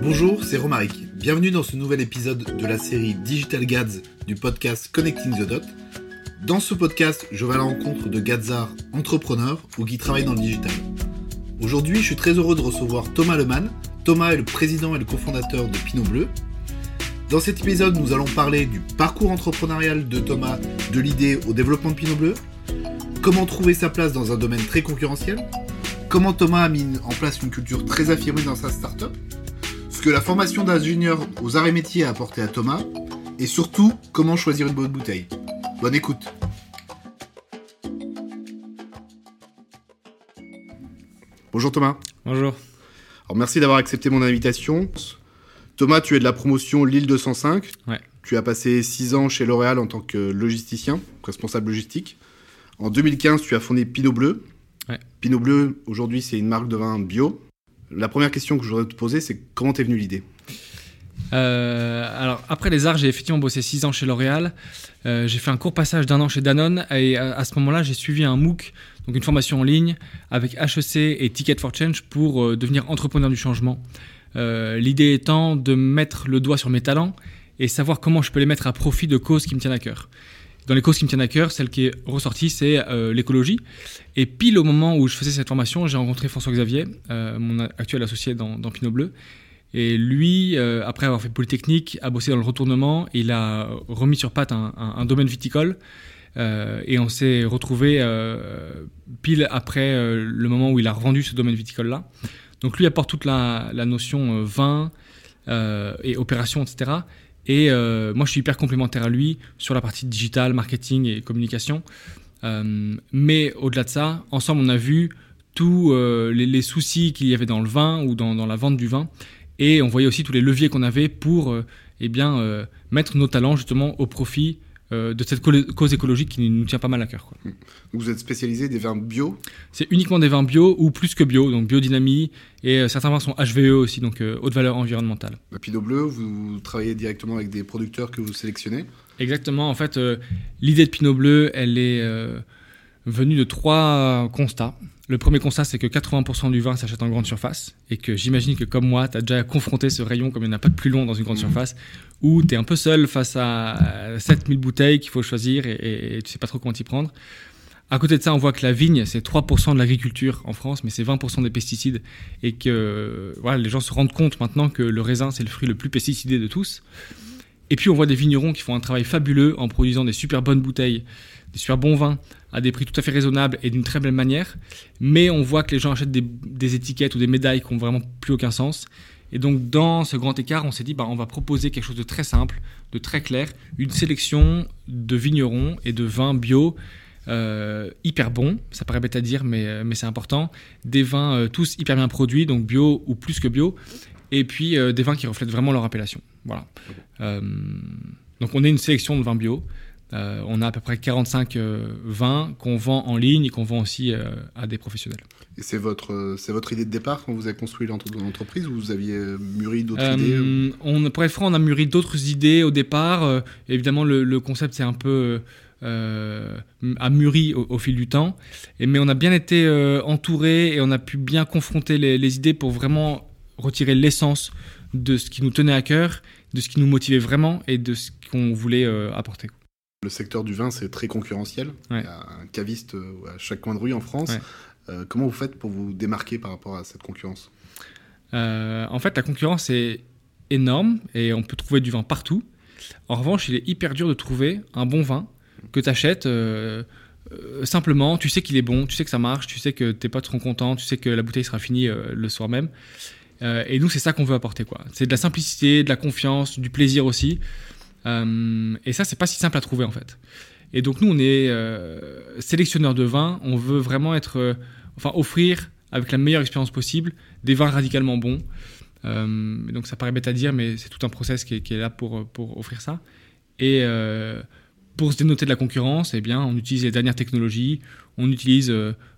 Bonjour, c'est Romaric. Bienvenue dans ce nouvel épisode de la série Digital Gads du podcast Connecting the Dot. Dans ce podcast, je vais à la rencontre de gadzards entrepreneurs ou qui travaillent dans le digital. Aujourd'hui, je suis très heureux de recevoir Thomas Lemann. Thomas est le président et le cofondateur de Pinot Bleu. Dans cet épisode, nous allons parler du parcours entrepreneurial de Thomas, de l'idée au développement de Pinot Bleu, comment trouver sa place dans un domaine très concurrentiel, comment Thomas a mis en place une culture très affirmée dans sa start-up, ce que la formation d'ingénieur aux arts et métiers a apporté à Thomas, et surtout, comment choisir une bonne bouteille. Bonne écoute. Bonjour Thomas. Bonjour. Alors merci d'avoir accepté mon invitation. Thomas, tu es de la promotion Lille 205. Ouais. Tu as passé 6 ans chez L'Oréal en tant que logisticien, responsable logistique. En 2015, tu as fondé Pinot Bleu. Ouais. Pinot Bleu, aujourd'hui, c'est une marque de vin bio. La première question que je voudrais te poser, c'est comment t'es venue l'idée ? Alors, après les arts, j'ai effectivement bossé 6 ans chez L'Oréal. J'ai fait un court passage d'1 an chez Danone. Et à ce moment-là, j'ai suivi un MOOC, donc une formation en ligne, avec HEC et Ticket for Change pour devenir entrepreneur du changement. L'idée étant de mettre le doigt sur mes talents et savoir comment je peux les mettre à profit de causes qui me tiennent à cœur. Dans les causes qui me tiennent à cœur, celle qui est ressortie, c'est l'écologie. Et pile au moment où je faisais cette formation, j'ai rencontré François Xavier, mon actuel associé dans Pinot Bleu. Et lui, après avoir fait Polytechnique, a bossé dans le retournement. Il a remis sur pattes un domaine viticole. Et on s'est retrouvés pile après le moment où il a revendu ce domaine viticole-là. Donc lui apporte toute la notion vin et opération, etc. Et moi, je suis hyper complémentaire à lui sur la partie digitale, marketing et communication. Mais au-delà de ça, ensemble, on a vu tous les soucis qu'il y avait dans le vin ou dans la vente du vin. Et on voyait aussi tous les leviers qu'on avait pour mettre nos talents justement au profit de cette cause écologique qui nous tient pas mal à cœur, quoi. Vous êtes spécialisé des vins bio ? C'est uniquement des vins bio ou plus que bio, donc biodynamie, et certains vins sont HVE aussi, donc haute valeur environnementale. À Pinot Bleu, vous travaillez directement avec des producteurs que vous sélectionnez ? Exactement, en fait, l'idée de Pinot Bleu, elle est venue de 3 constats. Le premier constat, c'est que 80% du vin s'achète en grande surface et que j'imagine que comme moi, tu as déjà confronté ce rayon, comme il n'y en a pas de plus long dans une grande surface, où tu es un peu seul face à 7000 bouteilles qu'il faut choisir et tu sais pas trop comment t'y prendre. À côté de ça, on voit que la vigne, c'est 3% de l'agriculture en France, mais c'est 20% des pesticides et que voilà, les gens se rendent compte maintenant que le raisin, c'est le fruit le plus pesticidé de tous. Et puis, on voit des vignerons qui font un travail fabuleux en produisant des super bonnes bouteilles, des super bons vins à des prix tout à fait raisonnables et d'une très belle manière. Mais on voit que les gens achètent des étiquettes ou des médailles qui n'ont vraiment plus aucun sens. Et donc, dans ce grand écart, on s'est dit, on va proposer quelque chose de très simple, de très clair, une sélection de vignerons et de vins bio hyper bons. Ça paraît bête à dire, mais c'est important. Des vins tous hyper bien produits, donc bio ou plus que bio. Et puis, des vins qui reflètent vraiment leur appellation. Voilà. Donc, on est une sélection de vins bio. On a à peu près 45 vins qu'on vend en ligne et qu'on vend aussi à des professionnels. Et c'est votre idée de départ quand vous avez construit l'entreprise, ou vous aviez mûri d'autres idées ? Pour être franc, on a mûri d'autres idées au départ. Évidemment, le concept c'est un peu a mûri au fil du temps. Mais on a bien été entouré et on a pu bien confronter les idées pour vraiment retirer l'essence de ce qui nous tenait à cœur, de ce qui nous motivait vraiment et de ce qu'on voulait apporter. Le secteur du vin, c'est très concurrentiel. Ouais. Il y a un caviste à chaque coin de rue en France. Ouais. Comment vous faites pour vous démarquer par rapport à cette concurrence ? En fait, la concurrence est énorme et on peut trouver du vin partout. En revanche, il est hyper dur de trouver un bon vin que tu achètes simplement. Tu sais qu'il est bon, tu sais que ça marche, tu sais que tes potes seront contents, tu sais que la bouteille sera finie le soir même. Et nous, c'est ça qu'on veut apporter, quoi. C'est de la simplicité, de la confiance, du plaisir aussi. Et ça, c'est pas si simple à trouver en fait. Et donc nous, on est sélectionneurs de vins. On veut vraiment offrir avec la meilleure expérience possible des vins radicalement bons. Donc ça paraît bête à dire, mais c'est tout un process qui est là pour offrir ça. Et pour se dénoter de la concurrence, eh bien, on utilise les dernières technologies. On utilise,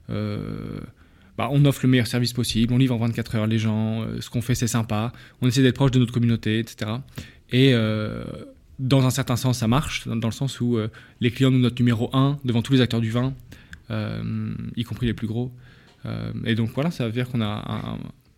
on offre le meilleur service possible. On livre en 24 heures les gens. Ce qu'on fait, c'est sympa. On essaie d'être proche de notre communauté, etc. Et dans un certain sens, ça marche, dans le sens où les clients nous notent numéro 1 devant tous les acteurs du vin, y compris les plus gros. Et donc voilà, ça veut dire qu'on a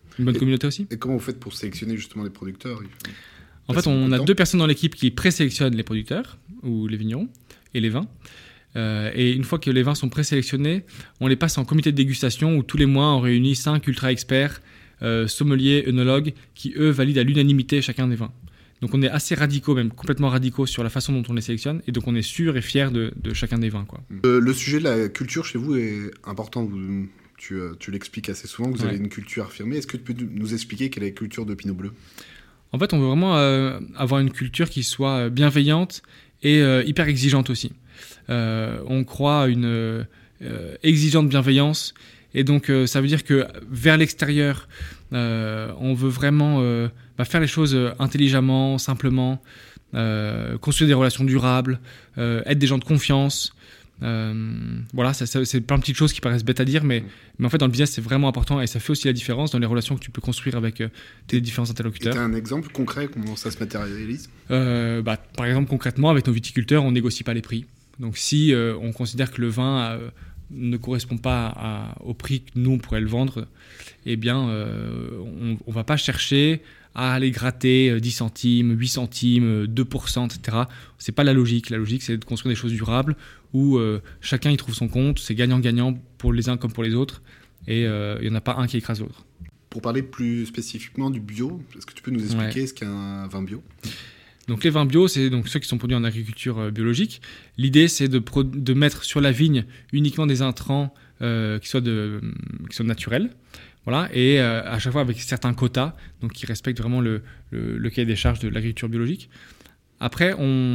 une bonne communauté aussi. Et comment vous faites pour sélectionner justement les producteurs? En fait, on a 2 personnes dans l'équipe qui présélectionnent les producteurs ou les vignerons et les vins. Et une fois que les vins sont présélectionnés, on les passe en comité de dégustation où tous les mois on réunit 5 ultra experts, sommeliers, œnologues, qui eux valident à l'unanimité chacun des vins. Donc on est assez radicaux, même complètement radicaux sur la façon dont on les sélectionne, et donc on est sûr et fier de chacun des vins, quoi. Le sujet de la culture chez vous est important. Tu l'expliques assez souvent, que vous avez une culture affirmée. Est-ce que tu peux nous expliquer quelle est la culture de Pinot Bleu? En fait, on veut vraiment avoir une culture qui soit bienveillante et hyper exigeante aussi. On croit à une exigeante bienveillance, et donc ça veut dire que vers l'extérieur, on veut vraiment faire les choses intelligemment, simplement, construire des relations durables, être des gens de confiance. Voilà, c'est plein de petites choses qui paraissent bêtes à dire, mais en fait dans le business c'est vraiment important, et ça fait aussi la différence dans les relations que tu peux construire avec tes différents interlocuteurs. Tu as un exemple concret, comment ça se matérialise? Par exemple, concrètement, avec nos viticulteurs, on négocie pas les prix. Donc si on considère que le vin ne correspond pas au prix que nous on pourrait le vendre, eh bien on va pas chercher à aller gratter 10 centimes, 8 centimes, 2%, etc. C'est pas la logique. La logique, c'est de construire des choses durables où chacun y trouve son compte, c'est gagnant-gagnant pour les uns comme pour les autres, et il n'y en a pas un qui écrase l'autre. Pour parler plus spécifiquement du bio, est-ce que tu peux nous expliquer ce qu'est un vin bio? Donc les vins bio, c'est donc ceux qui sont produits en agriculture biologique. L'idée, c'est de mettre sur la vigne uniquement des intrants qui soient naturels. Voilà, et à chaque fois avec certains quotas, donc qui respectent vraiment le cahier des charges de l'agriculture biologique. Après,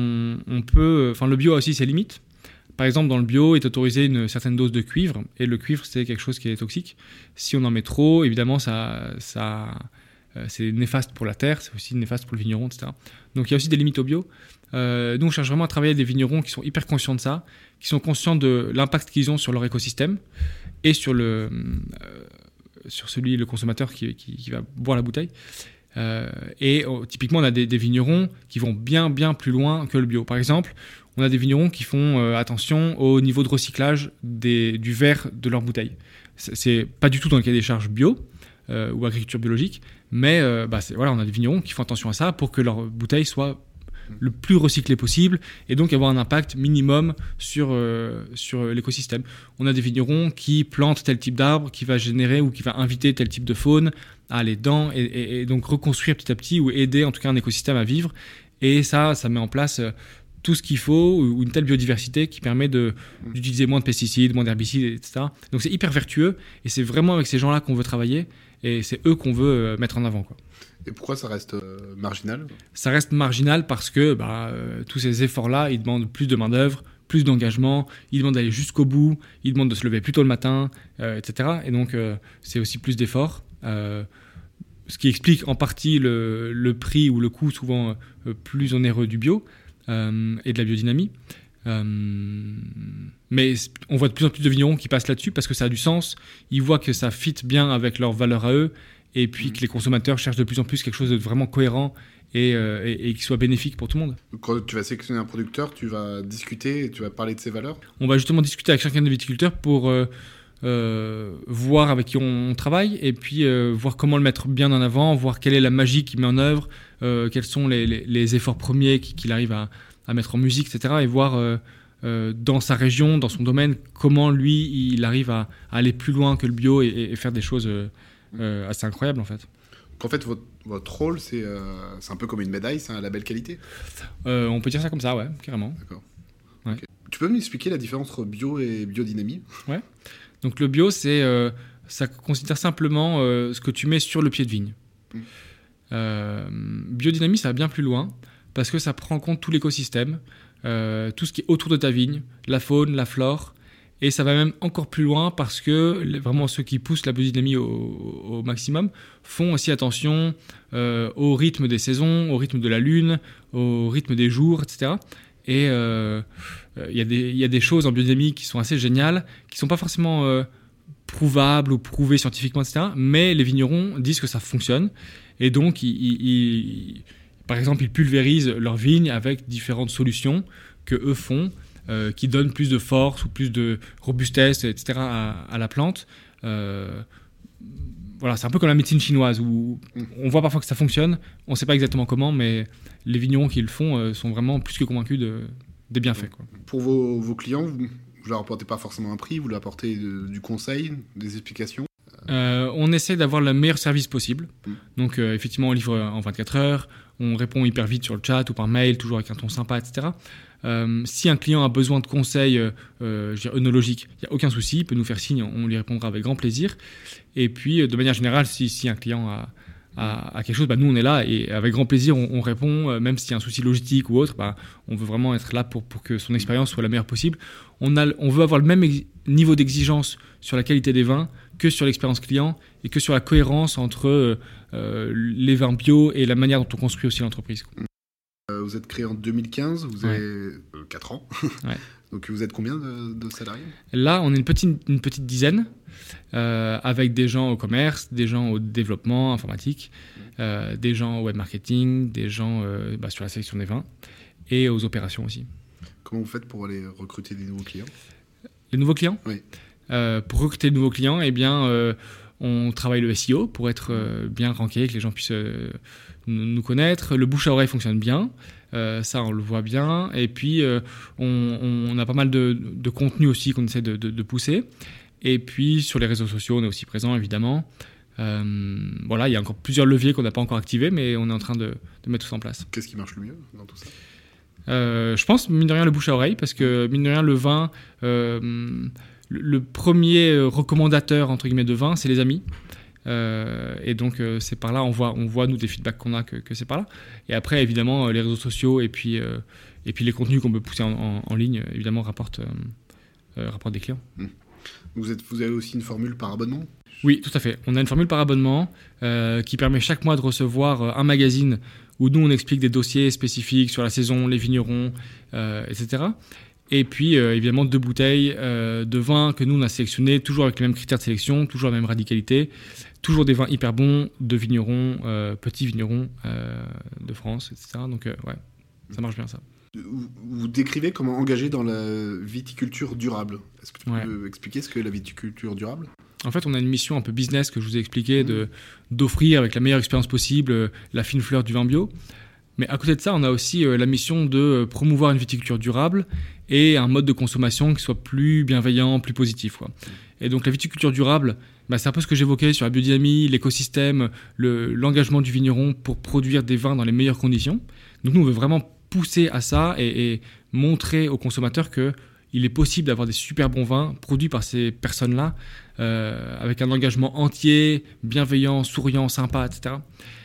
le bio a aussi ses limites. Par exemple, dans le bio est autorisé une certaine dose de cuivre, et le cuivre, c'est quelque chose qui est toxique. Si on en met trop, évidemment, c'est néfaste pour la terre, c'est aussi néfaste pour le vigneron, etc. Donc il y a aussi des limites au bio. Nous, on cherche vraiment à travailler avec des vignerons qui sont hyper conscients de ça, qui sont conscients de l'impact qu'ils ont sur leur écosystème et sur le consommateur qui va boire la bouteille. Typiquement, on a des vignerons qui vont bien plus loin que le bio. Par exemple, on a des vignerons qui font attention au niveau de recyclage du verre de leur bouteille. C'est pas du tout dans le cahier des charges bio ou agriculture biologique, mais on a des vignerons qui font attention à ça pour que leur bouteille soit le plus recyclé possible, et donc avoir un impact minimum sur l'écosystème. On a des vignerons qui plantent tel type d'arbre qui va générer ou qui va inviter tel type de faune à aller dedans, et donc reconstruire petit à petit, ou aider en tout cas un écosystème à vivre. Et ça met en place tout ce qu'il faut, ou une telle biodiversité qui permet d'utiliser moins de pesticides, moins d'herbicides, etc. Donc c'est hyper vertueux, et c'est vraiment avec ces gens-là qu'on veut travailler, et c'est eux qu'on veut mettre en avant, quoi. Et pourquoi ça reste marginal? Ça reste marginal parce que tous ces efforts-là, ils demandent plus de main-d'œuvre, plus d'engagement, ils demandent d'aller jusqu'au bout, ils demandent de se lever plus tôt le matin, etc. Et donc, c'est aussi plus d'efforts. Ce qui explique en partie le prix ou le coût souvent plus onéreux du bio et de la biodynamie. Mais on voit de plus en plus de vignerons qui passent là-dessus parce que ça a du sens. Ils voient que ça fit bien avec leurs valeurs à eux, et puis que les consommateurs cherchent de plus en plus quelque chose de vraiment cohérent et qui soit bénéfique pour tout le monde. Quand tu vas sélectionner un producteur, tu vas discuter, tu vas parler de ses valeurs? On va justement discuter avec chacun des viticulteurs pour voir avec qui on travaille, et puis voir comment le mettre bien en avant, voir quelle est la magie qu'il met en œuvre, quels sont les efforts premiers qu'il arrive à mettre en musique, etc. Et voir dans sa région, dans son domaine, comment lui, il arrive à aller plus loin que le bio et faire des choses assez incroyables, en fait. En fait, votre rôle, c'est un peu comme une médaille, c'est un label qualité? On peut dire ça comme ça, ouais, carrément. D'accord. Ouais. Okay. Tu peux m'expliquer la différence entre bio et biodynamie? Ouais. Donc le bio, ça considère simplement ce que tu mets sur le pied de vigne. Biodynamie, ça va bien plus loin, parce que ça prend en compte tout l'écosystème, tout ce qui est autour de ta vigne, la faune, la flore. Et ça va même encore plus loin parce que vraiment ceux qui poussent la biodynamie au maximum font aussi attention au rythme des saisons, au rythme de la lune, au rythme des jours, etc. Et il y a des choses en biodynamie qui sont assez géniales, qui ne sont pas forcément prouvables ou prouvées scientifiquement, etc. Mais les vignerons disent que ça fonctionne. Et donc, par exemple, ils pulvérisent leurs vignes avec différentes solutions que eux font, qui donnent plus de force ou plus de robustesse, etc. à la plante. Voilà, voilà, c'est un peu comme la médecine chinoise où on voit parfois que ça fonctionne, on ne sait pas exactement comment, mais les vignerons qui le font sont vraiment plus que convaincus des bienfaits, quoi. Pour vos clients, vous ne leur apportez pas forcément un prix, vous leur apportez du conseil, des explications. On essaie d'avoir le meilleur service possible. Donc effectivement, on livre en 24 heures, on répond hyper vite sur le chat ou par mail, toujours avec un ton sympa, etc. Si un client a besoin de conseils œnologiques, il n'y a aucun souci, il peut nous faire signe, on lui répondra avec grand plaisir. Et puis, de manière générale, si un client a quelque chose, nous on est là et avec grand plaisir on répond, même s'il y a un souci logistique ou autre, on veut vraiment être là pour que son expérience soit la meilleure possible. On veut avoir le même niveau d'exigence sur la qualité des vins que sur l'expérience client et que sur la cohérence entre les vins bio et la manière dont on construit aussi l'entreprise. Vous êtes créé en 2015, vous avez 4 ans. Ouais. Donc vous êtes combien de salariés ? Là, on est une petite dizaine, avec des gens au commerce, des gens au développement informatique, des gens au web marketing, des gens sur la sélection des vins et aux opérations aussi. Comment vous faites pour aller recruter des nouveaux clients ? Les nouveaux clients ? Oui. Pour recruter de nouveaux clients, on travaille le SEO pour être bien ranké, que les gens puissent nous connaître. Le bouche à oreille fonctionne bien, ça on le voit bien. Et puis on a pas mal de contenu aussi qu'on essaie de pousser. Et puis sur les réseaux sociaux, on est aussi présent évidemment. Il y a encore plusieurs leviers qu'on n'a pas encore activés, mais on est en train de mettre tout ça en place. Qu'est-ce qui marche le mieux dans tout ça ? Je pense, mine de rien, le bouche à oreille, parce que mine de rien, le vin, le premier recommandateur entre guillemets de vin, c'est les amis. Et donc c'est par là, on voit nous des feedbacks qu'on a que c'est par là. Et après évidemment les réseaux sociaux et puis les contenus qu'on peut pousser en ligne évidemment rapportent des clients. Vous avez aussi une formule par abonnement ? Oui, tout à fait. On a une formule par abonnement qui permet chaque mois de recevoir un magazine où nous on explique des dossiers spécifiques sur la saison, les vignerons, etc. Et puis évidemment 2 bouteilles de vin que nous on a sélectionnées, toujours avec les mêmes critères de sélection, toujours la même radicalité, toujours des vins hyper bons de vignerons, petits vignerons de France, etc. Donc ça marche bien ça. Vous décrivez comment engager dans la viticulture durable. Est-ce que tu peux expliquer ce qu'est la viticulture durable ? En fait, on a une mission un peu business que je vous ai expliqué, d'offrir avec la meilleure expérience possible la fine fleur du vin bio. Mais à côté de ça, on a aussi la mission de promouvoir une viticulture durable et un mode de consommation qui soit plus bienveillant, plus positif, quoi. Et donc la viticulture durable, c'est un peu ce que j'évoquais sur la biodynamie, l'écosystème, l'engagement du vigneron pour produire des vins dans les meilleures conditions. Donc nous, on veut vraiment pousser à ça et montrer aux consommateurs qu'il est possible d'avoir des super bons vins produits par ces personnes-là, avec un engagement entier, bienveillant, souriant, sympa, etc.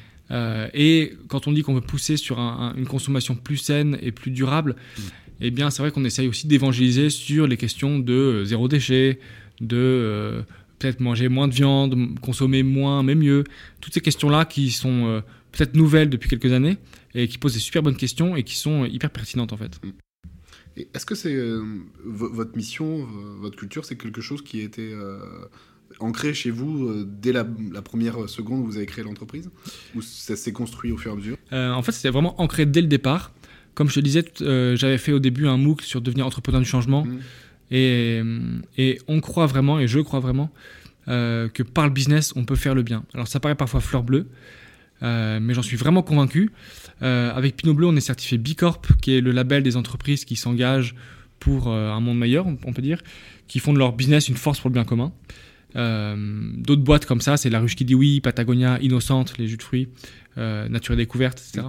Et quand on dit qu'on veut pousser sur une consommation plus saine et plus durable, c'est vrai qu'on essaye aussi d'évangéliser sur les questions de zéro déchet, de peut-être manger moins de viande, consommer moins mais mieux. Toutes ces questions-là qui sont peut-être nouvelles depuis quelques années et qui posent des super bonnes questions et qui sont hyper pertinentes en fait. Et est-ce que c'est votre mission, votre culture, c'est quelque chose qui a été ancré chez vous dès la première seconde où vous avez créé l'entreprise ? Ou ça s'est construit au fur et à mesure ? En fait, c'était vraiment ancré dès le départ. Comme je te disais, j'avais fait au début un MOOC sur devenir entrepreneur du changement. Et on croit vraiment, et je crois vraiment, que par le business, on peut faire le bien. Alors ça paraît parfois fleur bleue, mais j'en suis vraiment convaincu. Avec Pinot Bleu, on est certifié B Corp, qui est le label des entreprises qui s'engagent pour un monde meilleur, on peut dire, qui font de leur business une force pour le bien commun. D'autres boîtes comme ça, c'est La Ruche qui dit oui, Patagonia, Innocente, les jus de fruits, Nature et Découverte, etc.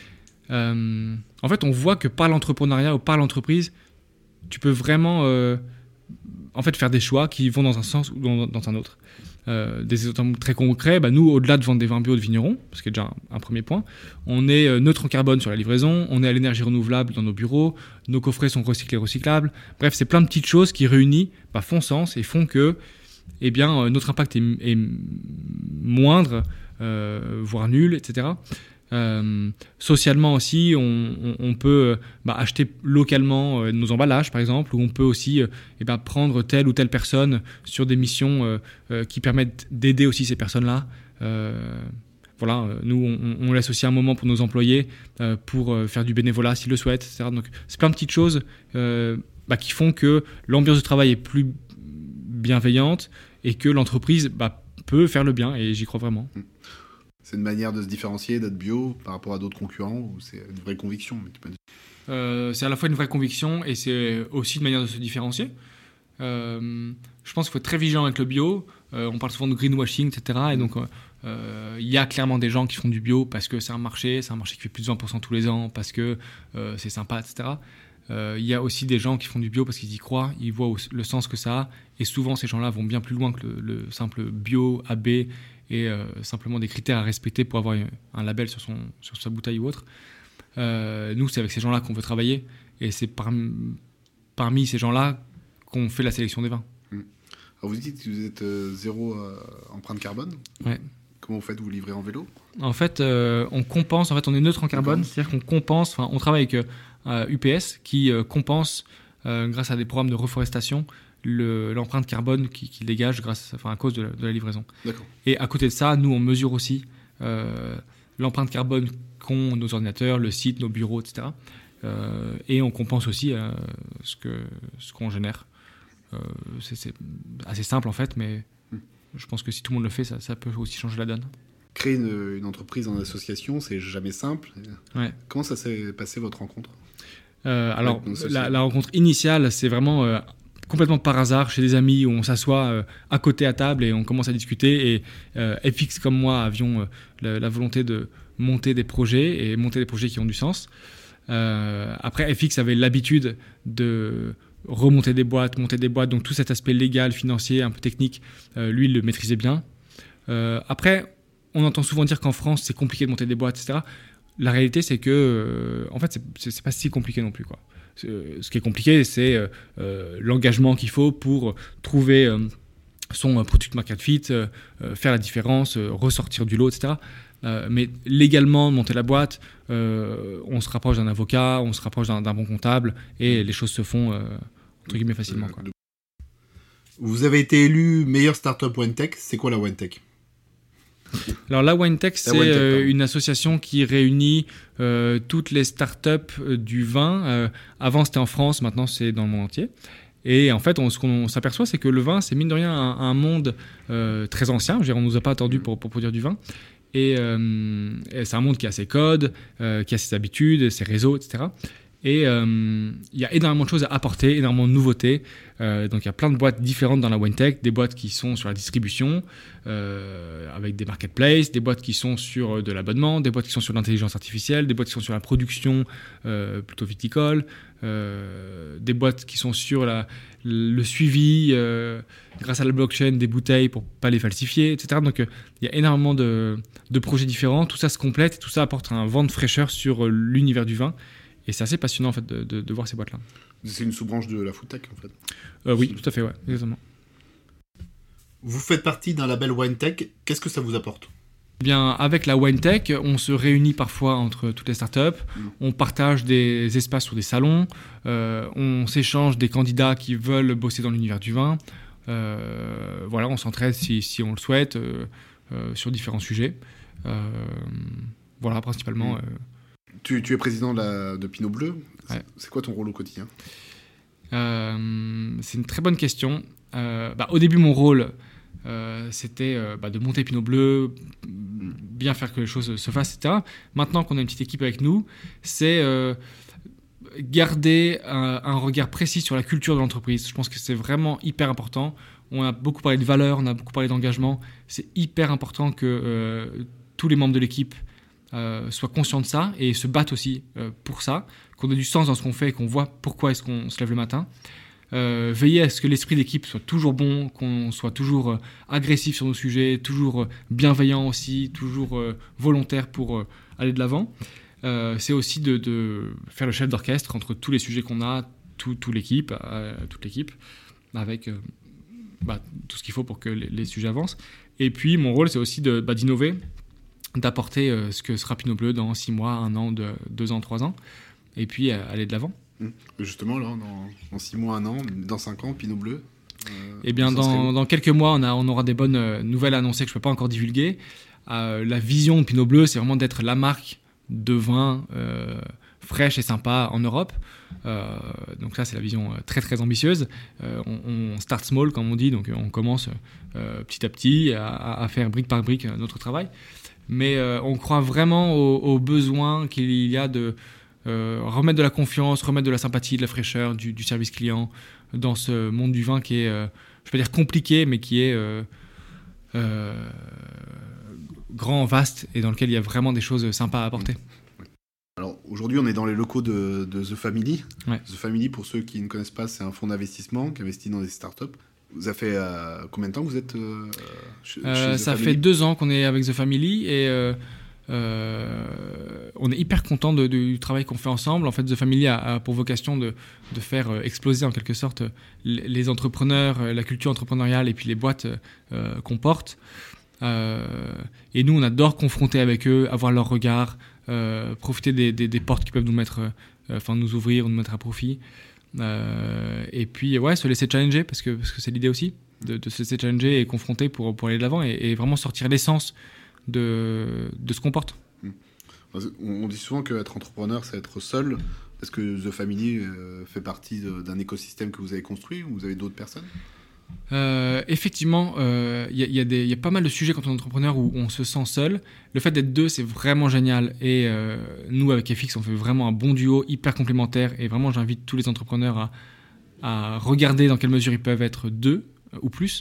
En fait, on voit que par l'entrepreneuriat ou par l'entreprise, tu peux vraiment faire des choix qui vont dans un sens ou dans un autre. Des exemples très concrets, nous, au-delà de vendre des vins bio de vignerons, ce qui est déjà un premier point, on est neutre en carbone sur la livraison, on est à l'énergie renouvelable dans nos bureaux, nos coffrets sont recyclés, recyclables. Bref, c'est plein de petites choses qui réunies font sens et font que notre impact est moindre, voire nul, etc. Socialement aussi, on peut acheter localement nos emballages par exemple, ou on peut aussi prendre telle ou telle personne sur des missions qui permettent d'aider aussi ces personnes-là. Nous on laisse aussi un moment pour nos employés pour faire du bénévolat s'ils le souhaitent, etc. Donc c'est plein de petites choses qui font que l'ambiance de travail est plus bienveillante et que l'entreprise peut faire le bien, et j'y crois vraiment. C'est une manière de se différencier, d'être bio par rapport à d'autres concurrents, ou c'est une vraie conviction? C'est à la fois une vraie conviction et c'est aussi une manière de se différencier. Je pense qu'il faut être très vigilant avec le bio. On parle souvent de greenwashing, etc. Et donc, il y a clairement des gens qui font du bio parce que c'est un marché qui fait plus de 20% tous les ans, parce que c'est sympa, etc. Il y a aussi des gens qui font du bio parce qu'ils y croient, ils voient le sens que ça a. Et souvent, ces gens-là vont bien plus loin que le simple bio, AB, et simplement des critères à respecter pour avoir un label sur sa bouteille ou autre. Nous, c'est avec ces gens-là qu'on veut travailler, et c'est parmi ces gens-là qu'on fait la sélection des vins. Alors vous dites que vous êtes zéro empreinte carbone. Ouais. Comment vous faites? Vous livrez en vélo? En fait, on compense. En fait, on est neutre en carbone, c'est-à-dire qu'on compense. On travaille avec UPS qui compense grâce à des programmes de reforestation l'empreinte carbone qu'il dégage à cause de la livraison. D'accord. Et à côté de ça, nous, on mesure aussi l'empreinte carbone qu'ont nos ordinateurs, le site, nos bureaux, etc. Et on compense aussi ce qu'on génère. C'est assez simple en fait, mais je pense que si tout le monde le fait, ça peut aussi changer la donne. Créer une entreprise en association, c'est jamais simple. Ouais. Comment ça s'est passé votre rencontre? Alors, la rencontre initiale, c'est vraiment complètement par hasard chez des amis où on s'assoit à côté à table et on commence à discuter. Et FX comme moi avions la volonté de monter des projets et monter des projets qui ont du sens. Après, FX avait l'habitude de remonter des boîtes, monter des boîtes, donc tout cet aspect légal, financier, un peu technique, lui, il le maîtrisait bien. Après, on entend souvent dire qu'en France, c'est compliqué de monter des boîtes, etc. La réalité, c'est que, en fait, c'est pas si compliqué non plus, quoi. Ce qui est compliqué, c'est l'engagement qu'il faut pour trouver son product market fit, faire la différence, ressortir du lot, etc. Mais légalement, monter la boîte, on se rapproche d'un avocat, on se rapproche d'un bon comptable, et les choses se font entre guillemets facilement, quoi. Vous avez été élu meilleure startup WineTech. C'est quoi la WineTech? Alors la WineTech, c'est une association qui réunit toutes les startups du vin. Avant, c'était en France, maintenant c'est dans le monde entier. Et en fait, ce qu'on s'aperçoit, c'est que le vin, c'est mine de rien un monde très ancien. Je veux dire, on ne nous a pas attendu pour produire du vin. Et c'est un monde qui a ses codes, qui a ses habitudes, ses réseaux, etc. Et il y a énormément de choses à apporter, énormément de nouveautés. Donc il y a plein de boîtes différentes dans la WineTech, des boîtes qui sont sur la distribution, avec des marketplaces, des boîtes qui sont sur de l'abonnement, des boîtes qui sont sur l'intelligence artificielle, des boîtes qui sont sur la production plutôt viticole, des boîtes qui sont sur le suivi grâce à la blockchain des bouteilles pour ne pas les falsifier, etc. Donc il y a énormément de projets différents, tout ça se complète, et tout ça apporte un vent de fraîcheur sur l'univers du vin. Et c'est assez passionnant en fait de voir ces boîtes-là. C'est une sous-branche de la foodtech en fait. Oui, tout à fait, ouais, exactement. Vous faites partie d'un label WineTech. Qu'est-ce que ça vous apporte? Bien, avec la WineTech, on se réunit parfois entre toutes les startups. On partage des espaces sur des salons. On s'échange des candidats qui veulent bosser dans l'univers du vin. Voilà, on s'entraide si on le souhaite sur différents sujets. Voilà, principalement. Tu es président de Pinot Bleu. Ouais. C'est quoi ton rôle au quotidien? C'est une très bonne question. Au début, mon rôle, c'était de monter Pinot Bleu, bien faire que les choses se fassent, etc. Maintenant qu'on a une petite équipe avec nous, c'est garder un regard précis sur la culture de l'entreprise. Je pense que c'est vraiment hyper important. On a beaucoup parlé de valeurs, on a beaucoup parlé d'engagement. C'est hyper important que tous les membres de l'équipe soient conscients de ça et se battent aussi pour ça, qu'on ait du sens dans ce qu'on fait et qu'on voit pourquoi est-ce qu'on se lève le matin. Veiller à ce que l'esprit d'équipe soit toujours bon, qu'on soit toujours agressif sur nos sujets, toujours bienveillant aussi, toujours volontaire pour aller de l'avant. C'est aussi de faire le chef d'orchestre entre tous les sujets qu'on a, toute l'équipe, avec tout ce qu'il faut pour que les sujets avancent. Et puis mon rôle, c'est aussi d'innover, d'apporter ce que sera Pinot Bleu dans 6 mois, 1 an, 2 ans, 3 ans, et puis aller de l'avant. Justement, là, dans 6 mois, 1 an, dans 5 ans, Pinot Bleu Eh bien, dans quelques mois, on aura des bonnes nouvelles à annoncer que je ne peux pas encore divulguer. La vision de Pinot Bleu, c'est vraiment d'être la marque de vin fraîche et sympa en Europe. Donc ça, c'est la vision très très ambitieuse. On start small, comme on dit, donc on commence petit à petit à faire brique par brique notre travail. Mais on croit vraiment aux besoins qu'il y a de remettre de la confiance, remettre de la sympathie, de la fraîcheur, du service client dans ce monde du vin qui est, je ne vais pas dire compliqué, mais qui est grand, vaste et dans lequel il y a vraiment des choses sympas à apporter. Alors aujourd'hui, on est dans les locaux de The Family. Ouais. The Family, pour ceux qui ne connaissent pas, c'est un fonds d'investissement qui investit dans des startups. Ça fait combien de temps que vous êtes chez The Ça Family? fait 2 ans qu'on est avec The Family et on est hyper content du travail qu'on fait ensemble. En fait, The Family a pour vocation de faire exploser en quelque sorte les entrepreneurs, la culture entrepreneuriale et puis les boîtes qu'on porte. Et nous, on adore confronter avec eux, avoir leur regard, profiter des portes qui peuvent nous mettre, nous ouvrir, nous mettre à profit. Et puis, se laisser challenger parce que c'est l'idée aussi de se laisser challenger et confronter pour aller de l'avant et vraiment sortir l'essence de ce qu'on porte. On dit souvent qu'être entrepreneur, c'est être seul. Est-ce que The Family fait partie d'un écosystème que vous avez construit ou vous avez d'autres personnes? Effectivement, il y a pas mal de sujets quand on est entrepreneur où on se sent seul. Le fait d'être 2, c'est vraiment génial. Et nous, avec FX, on fait vraiment un bon duo, hyper complémentaire. Et vraiment, j'invite tous les entrepreneurs à regarder dans quelle mesure ils peuvent être 2 ou plus.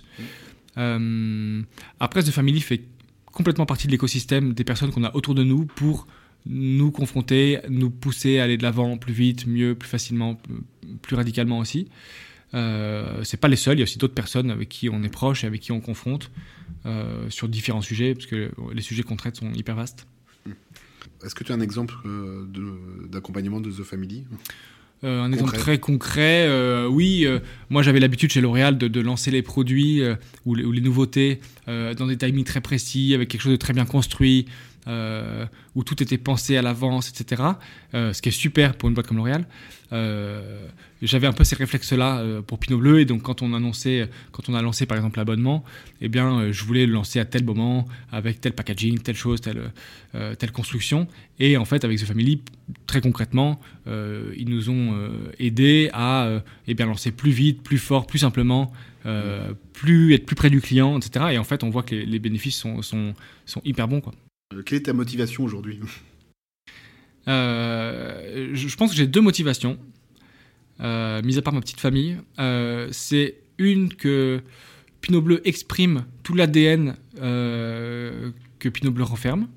Après, The Family fait complètement partie de l'écosystème des personnes qu'on a autour de nous pour nous confronter, nous pousser à aller de l'avant plus vite, mieux, plus facilement, plus radicalement aussi. C'est pas les seuls, il y a aussi d'autres personnes avec qui on est proche et avec qui on confronte sur différents sujets, parce que les sujets qu'on traite sont hyper vastes. Est-ce que tu as un exemple d'accompagnement de The Family? Un exemple très concret, oui. Moi, j'avais l'habitude chez L'Oréal de lancer les produits ou les nouveautés dans des timings très précis, avec quelque chose de très bien construit, où tout était pensé à l'avance, etc. Ce qui est super pour une boîte comme L'Oréal. J'avais un peu ces réflexes-là pour Pinot Bleu, et donc quand on a lancé par exemple l'abonnement, eh bien, je voulais le lancer à tel moment, avec tel packaging, telle chose, telle construction. Et en fait, avec The Family, très concrètement, ils nous ont aidés à lancer plus vite, plus fort, plus simplement, être plus près du client, etc. Et en fait, on voit que les bénéfices sont hyper bons, quoi. Quelle est ta motivation aujourd'hui? Je pense que j'ai 2 motivations, mis à part ma petite famille. C'est une que Pinot Bleu exprime tout l'ADN que Pinot Bleu renferme.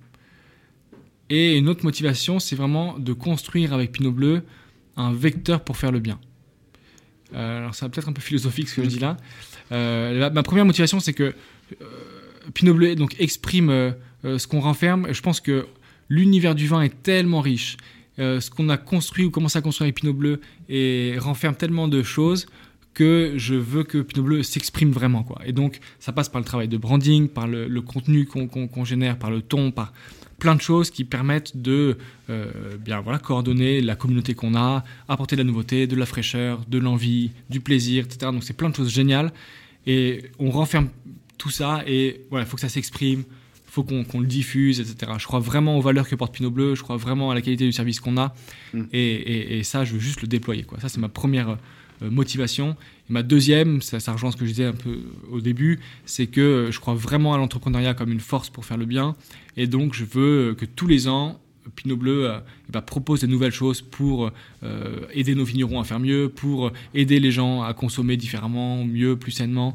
Et une autre motivation, c'est vraiment de construire avec Pinot Bleu un vecteur pour faire le bien. Alors ça va peut-être un peu philosophique ce que je dis là. Ma première motivation, c'est que Pinot Bleu donc, exprime ce qu'on renferme. Et je pense que l'univers du vin est tellement riche. Ce qu'on a construit ou commencé à construire avec Pinot Bleu renferme tellement de choses que je veux que Pinot Bleu s'exprime vraiment, quoi. Et donc, ça passe par le travail de branding, par le contenu qu'on génère, par le ton, par plein de choses qui permettent de coordonner la communauté qu'on a, apporter de la nouveauté, de la fraîcheur, de l'envie, du plaisir, etc. Donc, c'est plein de choses géniales. Et on renferme tout ça et voilà, il faut que ça s'exprime. Il faut qu'on le diffuse, etc. Je crois vraiment aux valeurs que porte Pinot Bleu, je crois vraiment à la qualité du service qu'on a, et ça, je veux juste le déployer, quoi. Ça, c'est ma première motivation. Et ma deuxième, ça rejoint ce que je disais un peu au début, c'est que je crois vraiment à l'entrepreneuriat comme une force pour faire le bien, et donc je veux que tous les ans, Pinot Bleu propose de nouvelles choses pour aider nos vignerons à faire mieux, pour aider les gens à consommer différemment, mieux, plus sainement,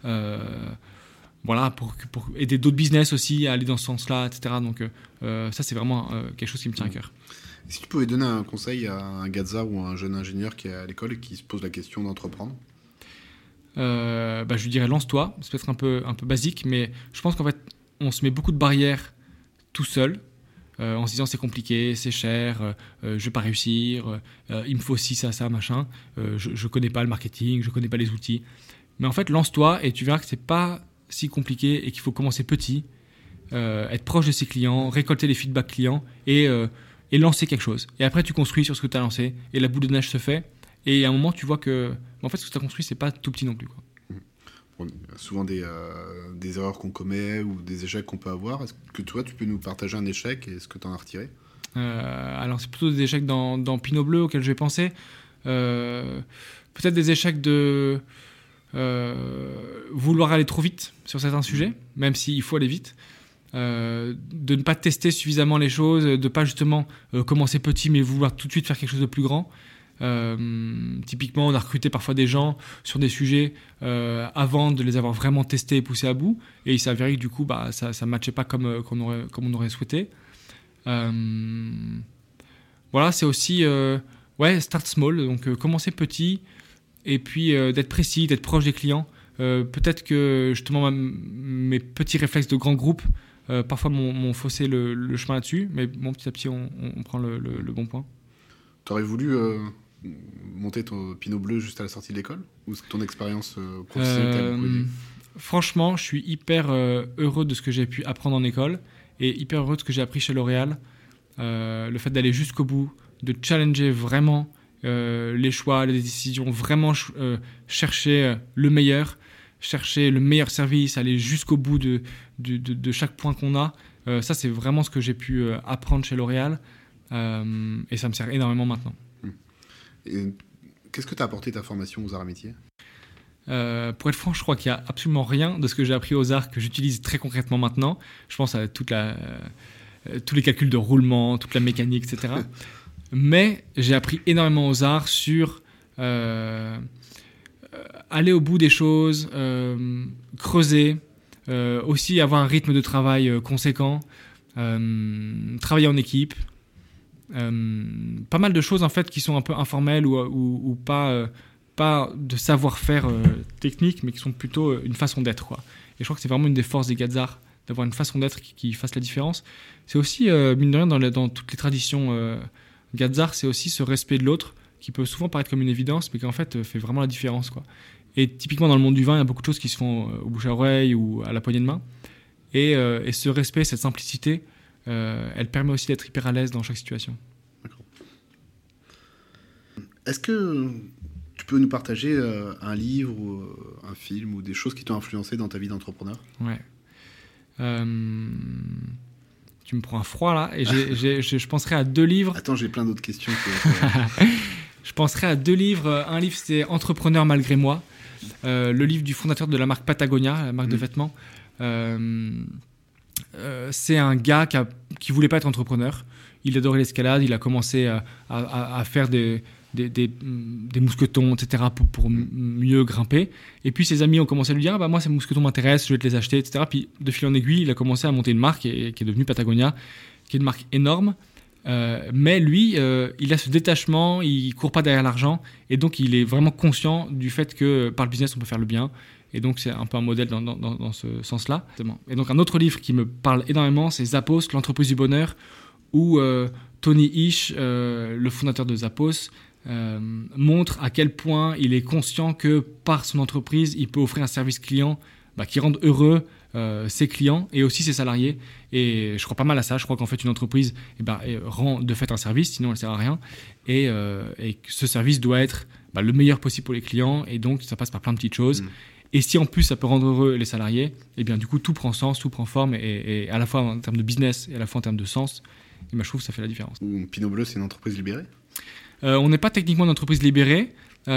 voilà, pour aider d'autres business aussi à aller dans ce sens-là, etc. Donc ça, c'est vraiment quelque chose qui me tient à cœur. Si tu pouvais donner un conseil à un Gazza ou à un jeune ingénieur qui est à l'école et qui se pose la question d'entreprendre? Je lui dirais lance-toi. C'est peut-être un peu basique, mais je pense qu'en fait, on se met beaucoup de barrières tout seul, en se disant c'est compliqué, c'est cher, je vais pas réussir, il me faut ci, ça, machin, je connais pas le marketing, je connais pas les outils. Mais en fait, lance-toi et tu verras que c'est pas si compliqué et qu'il faut commencer petit, être proche de ses clients, récolter les feedbacks clients et lancer quelque chose. Et après, tu construis sur ce que tu as lancé et la boule de neige se fait. Et à un moment, tu vois que en fait, ce que tu as construit, c'est pas tout petit non plus, quoi. Bon, souvent des erreurs qu'on commet ou des échecs qu'on peut avoir. Est-ce que toi, tu peux nous partager un échec et ce que tu en as retiré? Alors c'est plutôt des échecs dans Pinot Bleu auxquels je vais penser. Peut-être des échecs de vouloir aller trop vite sur certains sujets, même s'il faut aller vite. De ne pas tester suffisamment les choses, de ne pas justement commencer petit mais vouloir tout de suite faire quelque chose de plus grand. Typiquement, on a recruté parfois des gens sur des sujets avant de les avoir vraiment testés et poussés à bout, et il s'avérait que du coup ça ne matchait pas comme on aurait souhaité. Voilà, c'est aussi start small, donc commencer petit et puis d'être précis, d'être proche des clients. Peut-être que justement mes petits réflexes de grand groupe parfois m'ont faussé le chemin là-dessus, mais bon, petit à petit on prend le bon point. T'aurais voulu monter ton Pinot Bleu juste à la sortie de l'école, ou ton expérience professionnelle Franchement, je suis hyper heureux de ce que j'ai pu apprendre en école et hyper heureux de ce que j'ai appris chez L'Oréal. Le fait d'aller jusqu'au bout, de challenger vraiment les choix, les décisions, vraiment chercher le meilleur, chercher le meilleur service, aller jusqu'au bout de chaque point qu'on a. Ça, c'est vraiment ce que j'ai pu apprendre chez L'Oréal et ça me sert énormément maintenant. Et qu'est-ce que t'as apporté ta formation aux arts et métiers ? Pour être franc, je crois qu'il n'y a absolument rien de ce que j'ai appris aux arts que j'utilise très concrètement maintenant. Je pense à tous les calculs de roulement, toute la mécanique, etc. Mais j'ai appris énormément aux arts sur aller au bout des choses, creuser, aussi avoir un rythme de travail conséquent, travailler en équipe. Pas mal de choses en fait qui sont un peu informelles ou pas de savoir-faire technique, mais qui sont plutôt une façon d'être, quoi. Et je crois que c'est vraiment une des forces des Gadzarts, d'avoir une façon d'être qui fasse la différence. C'est aussi, mine de rien, dans toutes les traditions Gadzarts, c'est aussi ce respect de l'autre qui peut souvent paraître comme une évidence, mais qui en fait fait vraiment la différence, quoi. Et typiquement dans le monde du vin, il y a beaucoup de choses qui se font au bouche à oreille ou à la poignée de main. Et ce respect, cette simplicité, elle permet aussi d'être hyper à l'aise dans chaque situation. D'accord. Est-ce que tu peux nous partager un livre ou un film ou des choses qui t'ont influencé dans ta vie d'entrepreneur ? Ouais. Tu me prends un froid là, et je penserai à 2 livres. Attends, j'ai plein d'autres questions. Je penserai à 2 livres. Un livre, c'est Entrepreneur malgré moi, le livre du fondateur de la marque Patagonia, la marque de vêtements. C'est un gars qui voulait pas être entrepreneur. Il adorait l'escalade. Il a commencé à faire des mousquetons, etc. pour mieux grimper. Et puis ses amis ont commencé à lui dire moi ces mousquetons m'intéressent, je vais te les acheter, etc. Puis de fil en aiguille, il a commencé à monter une marque qui est devenue Patagonia, qui est une marque énorme. Mais lui, il a ce détachement, il court pas derrière l'argent, et donc il est vraiment conscient du fait que par le business on peut faire le bien. Et donc c'est un peu un modèle dans ce sens-là. Et donc un autre livre qui me parle énormément, c'est Zappos, l'entreprise du bonheur, où Tony Ish, le fondateur de Zappos, montre à quel point il est conscient que par son entreprise, il peut offrir un service client qui rende heureux ses clients et aussi ses salariés. Et je crois pas mal à ça. Je crois qu'en fait, une entreprise rend de fait un service, sinon elle ne sert à rien. Et que ce service doit être le meilleur possible pour les clients. Et donc, ça passe par plein de petites choses. Et si en plus, ça peut rendre heureux les salariés, et bien du coup, tout prend sens, tout prend forme, et à la fois en termes de business et à la fois en termes de sens. Et je trouve que ça fait la différence. Pinot Bleu, c'est une entreprise libérée ? On n'est pas techniquement une entreprise libérée,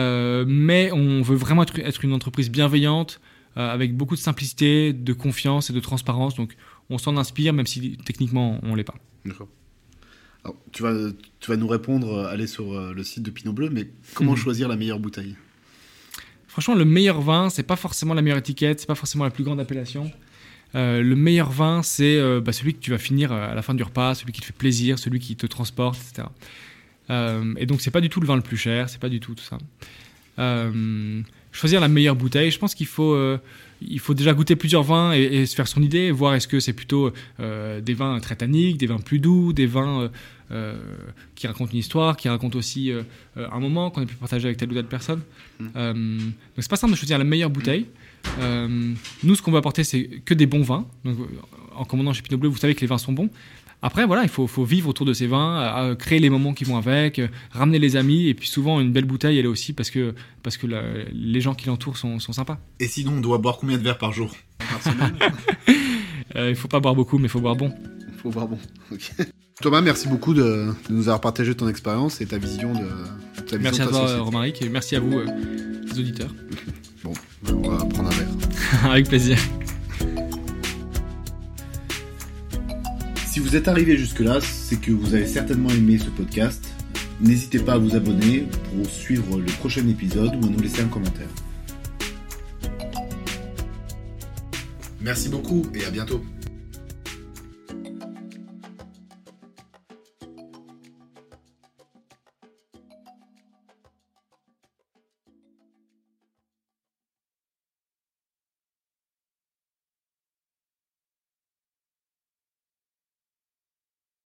mais on veut vraiment être une entreprise bienveillante, avec beaucoup de simplicité, de confiance et de transparence. Donc on s'en inspire, même si techniquement on ne l'est pas. D'accord. Alors, tu vas nous répondre, aller sur le site de Pinot Bleu, mais comment choisir la meilleure bouteille ? Franchement, le meilleur vin, c'est pas forcément la meilleure étiquette, c'est pas forcément la plus grande appellation. Le meilleur vin, c'est celui que tu vas finir à la fin du repas, celui qui te fait plaisir, celui qui te transporte, etc. Et donc c'est pas du tout le vin le plus cher, c'est pas du tout ça. Choisir la meilleure bouteille, je pense qu'il faut déjà goûter plusieurs vins et se faire son idée, voir est-ce que c'est plutôt des vins très tanniques, des vins plus doux, des vins qui racontent une histoire, qui racontent aussi un moment qu'on a pu partager avec telle ou telle personne. Donc c'est pas simple de choisir la meilleure bouteille. Nous, ce qu'on veut apporter, c'est que des bons vins. Donc, en commandant chez Pinot Bleu, vous savez que les vins sont bons. Après, voilà, il faut vivre autour de ces vins, créer les moments qui vont avec, ramener les amis. Et puis souvent, une belle bouteille, elle est aussi parce que les gens qui l'entourent sont sympas. Et sinon, on doit boire combien de verres par jour ? Par semaine ? Il ne faut pas boire beaucoup, mais il faut boire bon. Faut voir bon. Okay. Thomas, merci beaucoup de nous avoir partagé ton expérience et ta vision de ta Merci à toi, Romaric, et merci à vous, les auditeurs. Bon, on va prendre un verre. Avec plaisir. Si vous êtes arrivé jusque-là, c'est que vous avez certainement aimé ce podcast. N'hésitez pas à vous abonner pour suivre le prochain épisode ou à nous laisser un commentaire. Merci beaucoup et à bientôt.